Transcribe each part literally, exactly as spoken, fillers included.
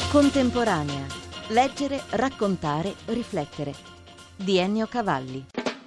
Contemporanea. Leggere, raccontare, riflettere. Di Ennio Cavalli.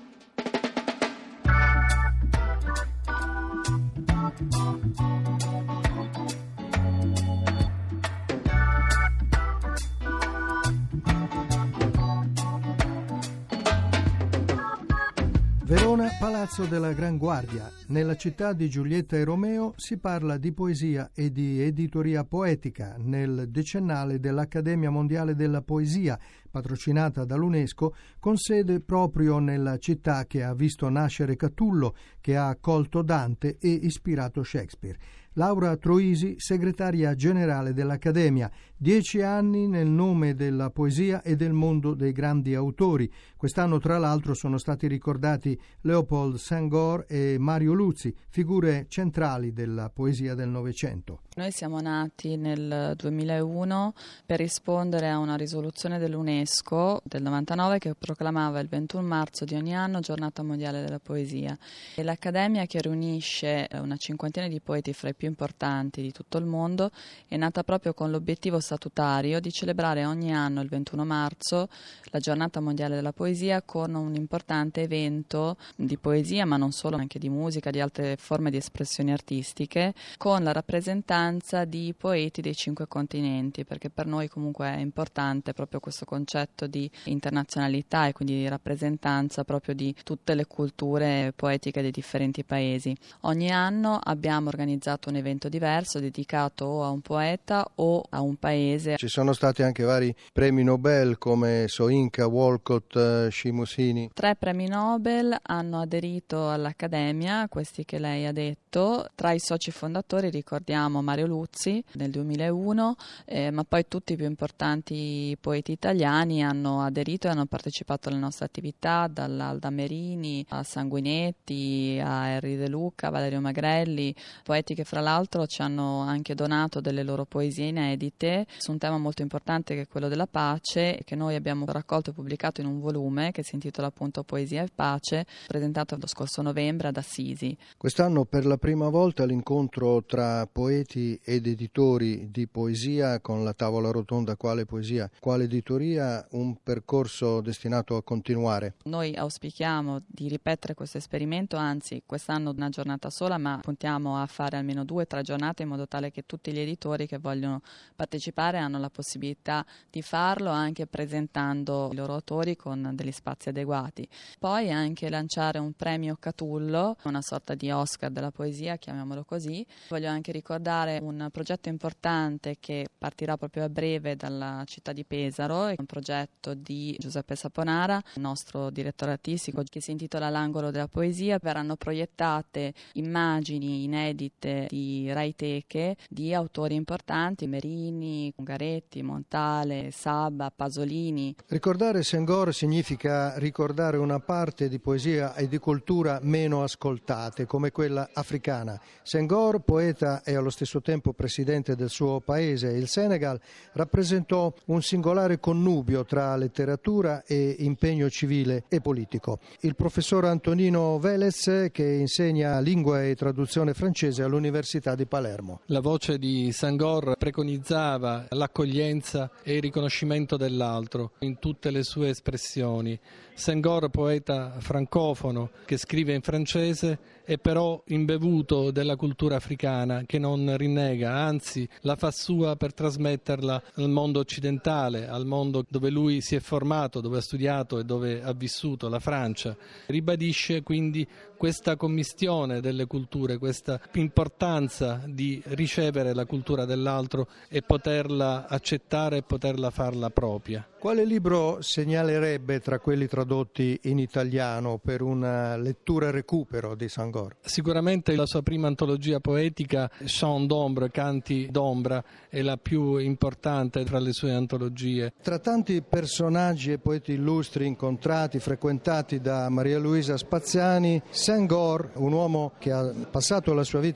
Verona, Palazzo della Gran Guardia. Nella città di Giulietta e Romeo si parla di poesia e di editoria poetica nel decennale dell'Accademia Mondiale della Poesia, patrocinata dall'UNESCO, con sede proprio nella città che ha visto nascere Catullo, che ha accolto Dante e ispirato Shakespeare. Laura Troisi, segretaria generale dell'Accademia, dieci anni nel nome della poesia e del mondo dei grandi autori. Quest'anno, tra l'altro, sono stati ricordati Léopold Senghor e Mario Luzi, figure centrali della poesia del Novecento. Noi siamo nati nel duemilauno per rispondere a una risoluzione dell'UNESCO del novantanove che proclamava il ventuno marzo di ogni anno Giornata Mondiale della Poesia. E l'Accademia, che riunisce una cinquantina di poeti fra i più importanti di tutto il mondo, è nata proprio con l'obiettivo statutario di celebrare ogni anno il ventuno marzo la Giornata Mondiale della Poesia con un importante evento di poesia, ma non solo, anche di musica, di altre forme di espressioni artistiche, con la rappresentanza di poeti dei cinque continenti, perché per noi comunque è importante proprio questo concetto di internazionalità e quindi di rappresentanza proprio di tutte le culture poetiche dei differenti paesi. Ogni anno abbiamo organizzato un evento diverso dedicato o a un poeta o a un paese. Ci sono stati anche vari premi Nobel come Soyinka, Walcott, Shimusini. Tre premi Nobel hanno aderito all'Accademia, questi che lei ha detto. Tra i soci fondatori ricordiamo Mario Luzi nel duemilauno, eh, ma poi tutti i più importanti poeti italiani hanno aderito e hanno partecipato alle nostre attività, dall'Alda Merini a Sanguinetti, a Henry De Luca, Valerio Magrelli, poeti che fra l'altro ci hanno anche donato delle loro poesie inedite su un tema molto importante che è quello della pace, che noi abbiamo raccolto e pubblicato in un volume che si intitola appunto Poesia e Pace, presentato lo scorso novembre ad Assisi. Quest'anno per la prima volta l'incontro tra poeti ed editori di poesia con la tavola rotonda Quale poesia, quale editoria, un percorso destinato a continuare. Noi auspichiamo di ripetere questo esperimento, anzi quest'anno una giornata sola, ma puntiamo a fare almeno due o tre giornate in modo tale che tutti gli editori che vogliono partecipare hanno la possibilità di farlo anche presentando i loro autori con degli spazi adeguati. Poi anche lanciare un premio Catullo, una sorta di Oscar della poesia, chiamiamolo così. Voglio anche ricordare un progetto importante che partirà proprio a breve dalla città di Pesaro, è un progetto di Giuseppe Saponara, il nostro direttore artistico, che si intitola L'angolo della poesia. Verranno proiettate immagini inedite di raiteche di autori importanti, Merini, Ungaretti, Montale, Sabba, Pasolini. Ricordare Senghor significa ricordare una parte di poesia e di cultura meno ascoltate, come quella africana. Senghor, poeta e allo stesso tempo presidente del suo paese, il Senegal, rappresentò un singolare connubio tra letteratura e impegno civile e politico. Il professor Antonino Velez, che insegna lingua e traduzione francese all'Università di Palermo. La voce di Senghor preconizzava l'accoglienza e il riconoscimento dell'altro in tutte le sue espressioni. Senghor, poeta francofono che scrive in francese, è però imbevuto della cultura africana, che non rinnega, anzi la fa sua per trasmetterla al mondo occidentale, al mondo dove lui si è formato, dove ha studiato e dove ha vissuto, la Francia. Ribadisce quindi questa commistione delle culture, questa importanza di ricevere la cultura dell'altro e poterla accettare e poterla farla propria. Quale libro segnalerebbe tra quelli tradotti in italiano per una lettura e recupero di Senghor? Sicuramente la sua prima antologia poetica, Chants d'ombre, Canti d'ombra, è la più importante tra le sue antologie. Tra tanti personaggi e poeti illustri incontrati, frequentati da Maria Luisa Spaziani, Senghor, un uomo che ha passato la sua vita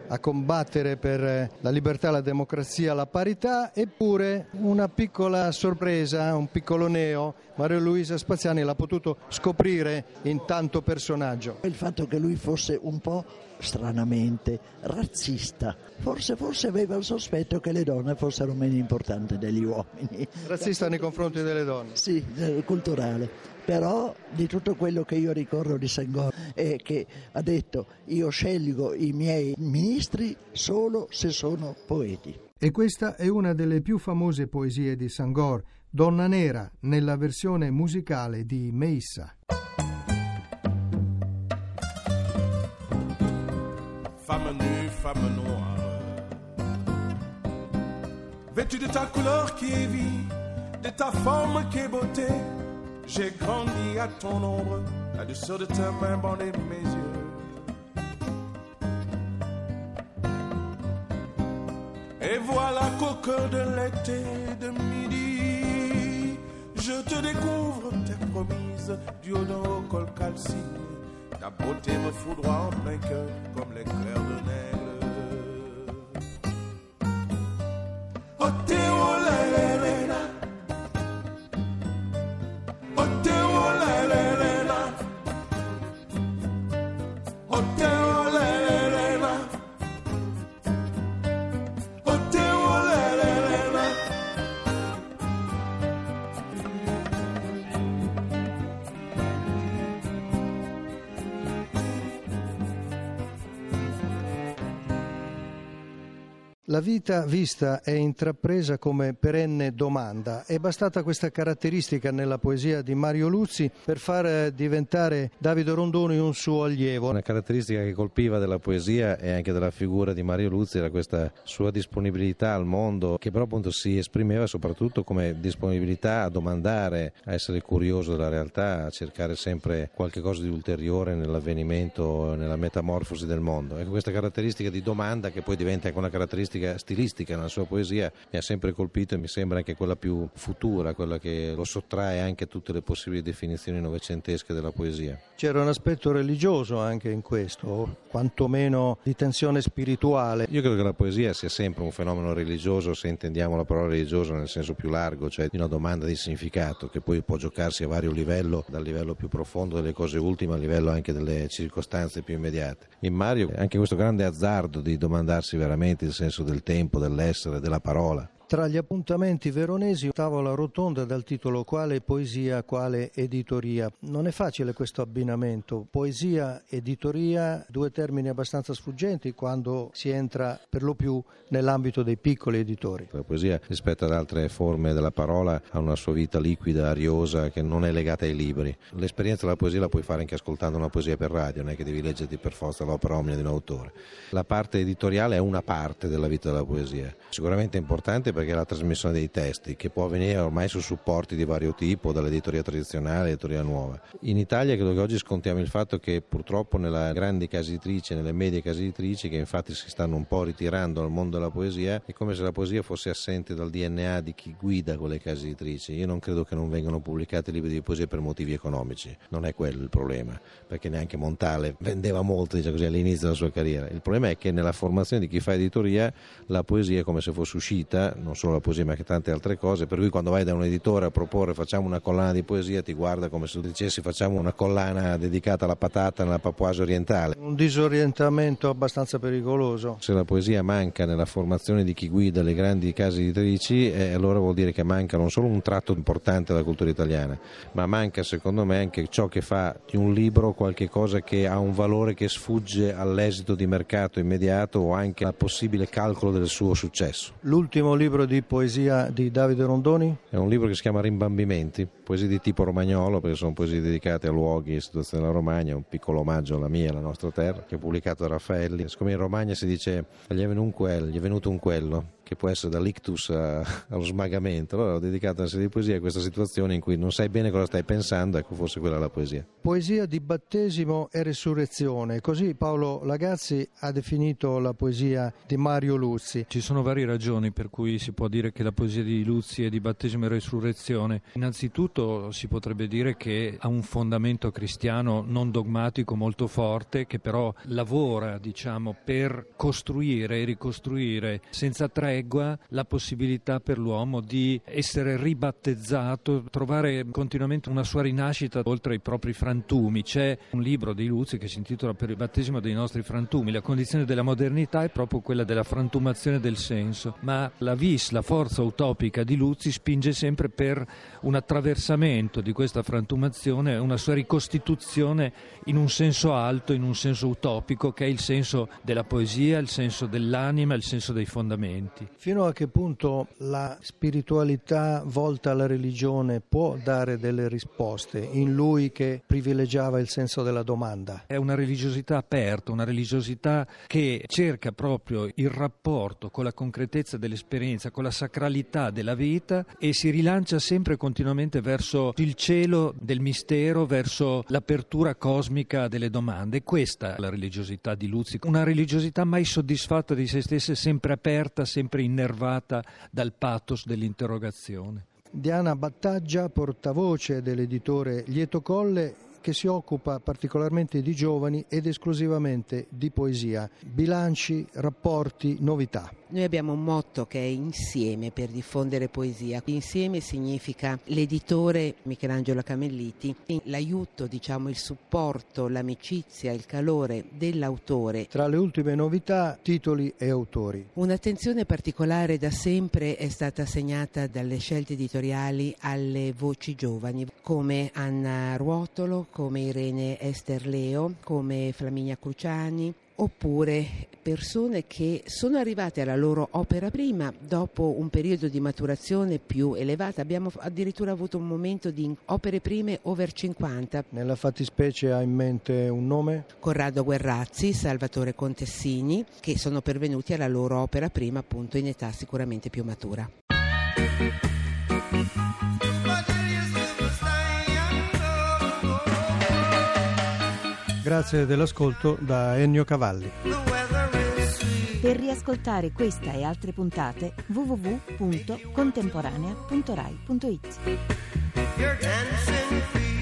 a combattere per la libertà, la democrazia, la parità, eppure una piccola sorpresa, un piccolo neo, Mario Luisa Spaziani l'ha potuto scoprire in tanto personaggio. Il fatto che lui fosse un po' stranamente razzista, forse, forse aveva il sospetto che le donne fossero meno importanti degli uomini. Razzista nei confronti delle donne? Sì, culturale. Però di tutto quello che io ricordo di Senghor è che ha detto: io scelgo i miei ministri solo se sono poeti. E questa è una delle più famose poesie di Senghor, Donna Nera, nella versione musicale di Meissa. Femme nue, femme noire, vêtue de ta couleur qui est vie, de ta forme qui est beauté, j'ai grandi à ton ombre, la douceur de ta main bandait mes yeux. Et voilà qu'au cœur de l'été de midi, je te découvre, t'es promise, du haut d'un haut col calciné. Ta beauté me foudroie en plein cœur comme l'éclair de neige. Oh Théo la la la la, oh Théo la la la la, oh Théo la la la la, oh Théo la la la la. La vita vista e intrapresa come perenne domanda. È bastata questa caratteristica nella poesia di Mario Luzi per far diventare Davide Rondoni un suo allievo. Una caratteristica che colpiva della poesia e anche della figura di Mario Luzi era questa sua disponibilità al mondo, che però appunto si esprimeva soprattutto come disponibilità a domandare, a essere curioso della realtà, a cercare sempre qualche cosa di ulteriore nell'avvenimento, nella metamorfosi del mondo. Ecco, questa caratteristica di domanda, che poi diventa anche una caratteristica stilistica nella sua poesia, mi ha sempre colpito e mi sembra anche quella più futura, quella che lo sottrae anche a tutte le possibili definizioni novecentesche della poesia. C'era un aspetto religioso anche in questo, quantomeno di tensione spirituale. Io credo che la poesia sia sempre un fenomeno religioso, se intendiamo la parola religioso nel senso più largo, cioè di una domanda di significato che poi può giocarsi a vario livello, dal livello più profondo delle cose ultime al livello anche delle circostanze più immediate. In Mario anche questo grande azzardo di domandarsi veramente il senso del tempo, dell'essere, della parola. Tra gli appuntamenti veronesi, tavola rotonda dal titolo Quale poesia, quale editoria. Non è facile questo abbinamento, poesia, editoria, due termini abbastanza sfuggenti quando si entra per lo più nell'ambito dei piccoli editori. La poesia, rispetto ad altre forme della parola, ha una sua vita liquida, ariosa, che non è legata ai libri. L'esperienza della poesia la puoi fare anche ascoltando una poesia per radio, non è che devi leggerti per forza l'opera omnia di un autore. La parte editoriale è una parte della vita della poesia, sicuramente importante perché è la trasmissione dei testi, che può avvenire ormai su supporti di vario tipo, dall'editoria tradizionale all'editoria nuova. In Italia credo che oggi scontiamo il fatto che purtroppo nelle grandi case editrici, nelle medie case editrici, che infatti si stanno un po' ritirando dal mondo della poesia, è come se la poesia fosse assente dal D N A di chi guida quelle case editrici. Io non credo che non vengano pubblicati libri di poesia per motivi economici, non è quello il problema, perché neanche Montale vendeva molto, diciamo così, all'inizio della sua carriera. Il problema è che nella formazione di chi fa editoria la poesia è come se fosse uscita, non solo la poesia ma anche tante altre cose, per cui quando vai da un editore a proporre facciamo una collana di poesia ti guarda come se tu dicessi facciamo una collana dedicata alla patata nella Papouasia orientale. Un disorientamento abbastanza pericoloso. Se la poesia manca nella formazione di chi guida le grandi case editrici, eh, allora vuol dire che manca non solo un tratto importante della cultura italiana, ma manca secondo me anche ciò che fa di un libro qualche cosa che ha un valore che sfugge all'esito di mercato immediato o anche al possibile calcolo del suo successo. L'ultimo libro di poesia di Davide Rondoni? È un libro che si chiama Rimbambimenti, poesie di tipo romagnolo, perché sono poesie dedicate a luoghi e situazioni della Romagna, un piccolo omaggio alla mia, alla nostra terra, che è pubblicato da Raffaelli. Siccome in Romagna si dice gli è venuto un quel, gli è venuto un quello, che può essere dall'ictus a, allo smagamento. Allora ho dedicato una serie di poesie a questa situazione in cui non sai bene cosa stai pensando, ecco, forse quella è la poesia. Poesia di battesimo e resurrezione, così Paolo Lagazzi ha definito la poesia di Mario Luzzi. Ci sono varie ragioni per cui si può dire che la poesia di Luzzi è di battesimo e resurrezione. Innanzitutto si potrebbe dire che ha un fondamento cristiano non dogmatico molto forte, che però lavora, diciamo, per costruire e ricostruire senza tregua la possibilità per l'uomo di essere ribattezzato, trovare continuamente una sua rinascita oltre ai propri frantumi. C'è un libro di Luzzi che si intitola Per il battesimo dei nostri frantumi. La condizione della modernità è proprio quella della frantumazione del senso, ma la vis, la forza utopica di Luzzi spinge sempre per un attraversamento di questa frantumazione, una sua ricostituzione in un senso alto, in un senso utopico, che è il senso della poesia, il senso dell'anima, il senso dei fondamenti. Fino a che punto la spiritualità volta alla religione può dare delle risposte in lui che privilegiava il senso della domanda? È una religiosità aperta, una religiosità che cerca proprio il rapporto con la concretezza dell'esperienza, con la sacralità della vita, e si rilancia sempre continuamente verso il cielo del mistero, verso l'apertura cosmica delle domande. Questa è la religiosità di Luzzi, una religiosità mai soddisfatta di se stessa, sempre aperta, sempre innervata dal pathos dell'interrogazione. Diana Battaggia, portavoce dell'editore Lieto Colle, che si occupa particolarmente di giovani ed esclusivamente di poesia. Bilanci, rapporti, novità. Noi abbiamo un motto che è insieme per diffondere poesia. Insieme significa l'editore Michelangelo Camelliti, l'aiuto, diciamo il supporto, l'amicizia, il calore dell'autore. Tra le ultime novità, titoli e autori. Un'attenzione particolare da sempre è stata assegnata dalle scelte editoriali alle voci giovani, come Anna Ruotolo, come Irene Esterleo, come Flaminia Cruciani, oppure persone che sono arrivate alla loro opera prima dopo un periodo di maturazione più elevata. Abbiamo addirittura avuto un momento di opere prime over cinquanta. Nella fattispecie ha in mente un nome? Corrado Guerrazzi, Salvatore Contessini, che sono pervenuti alla loro opera prima appunto in età sicuramente più matura. Grazie dell'ascolto da Ennio Cavalli. Per riascoltare questa e altre puntate w w w punto contemporanea punto rai punto it.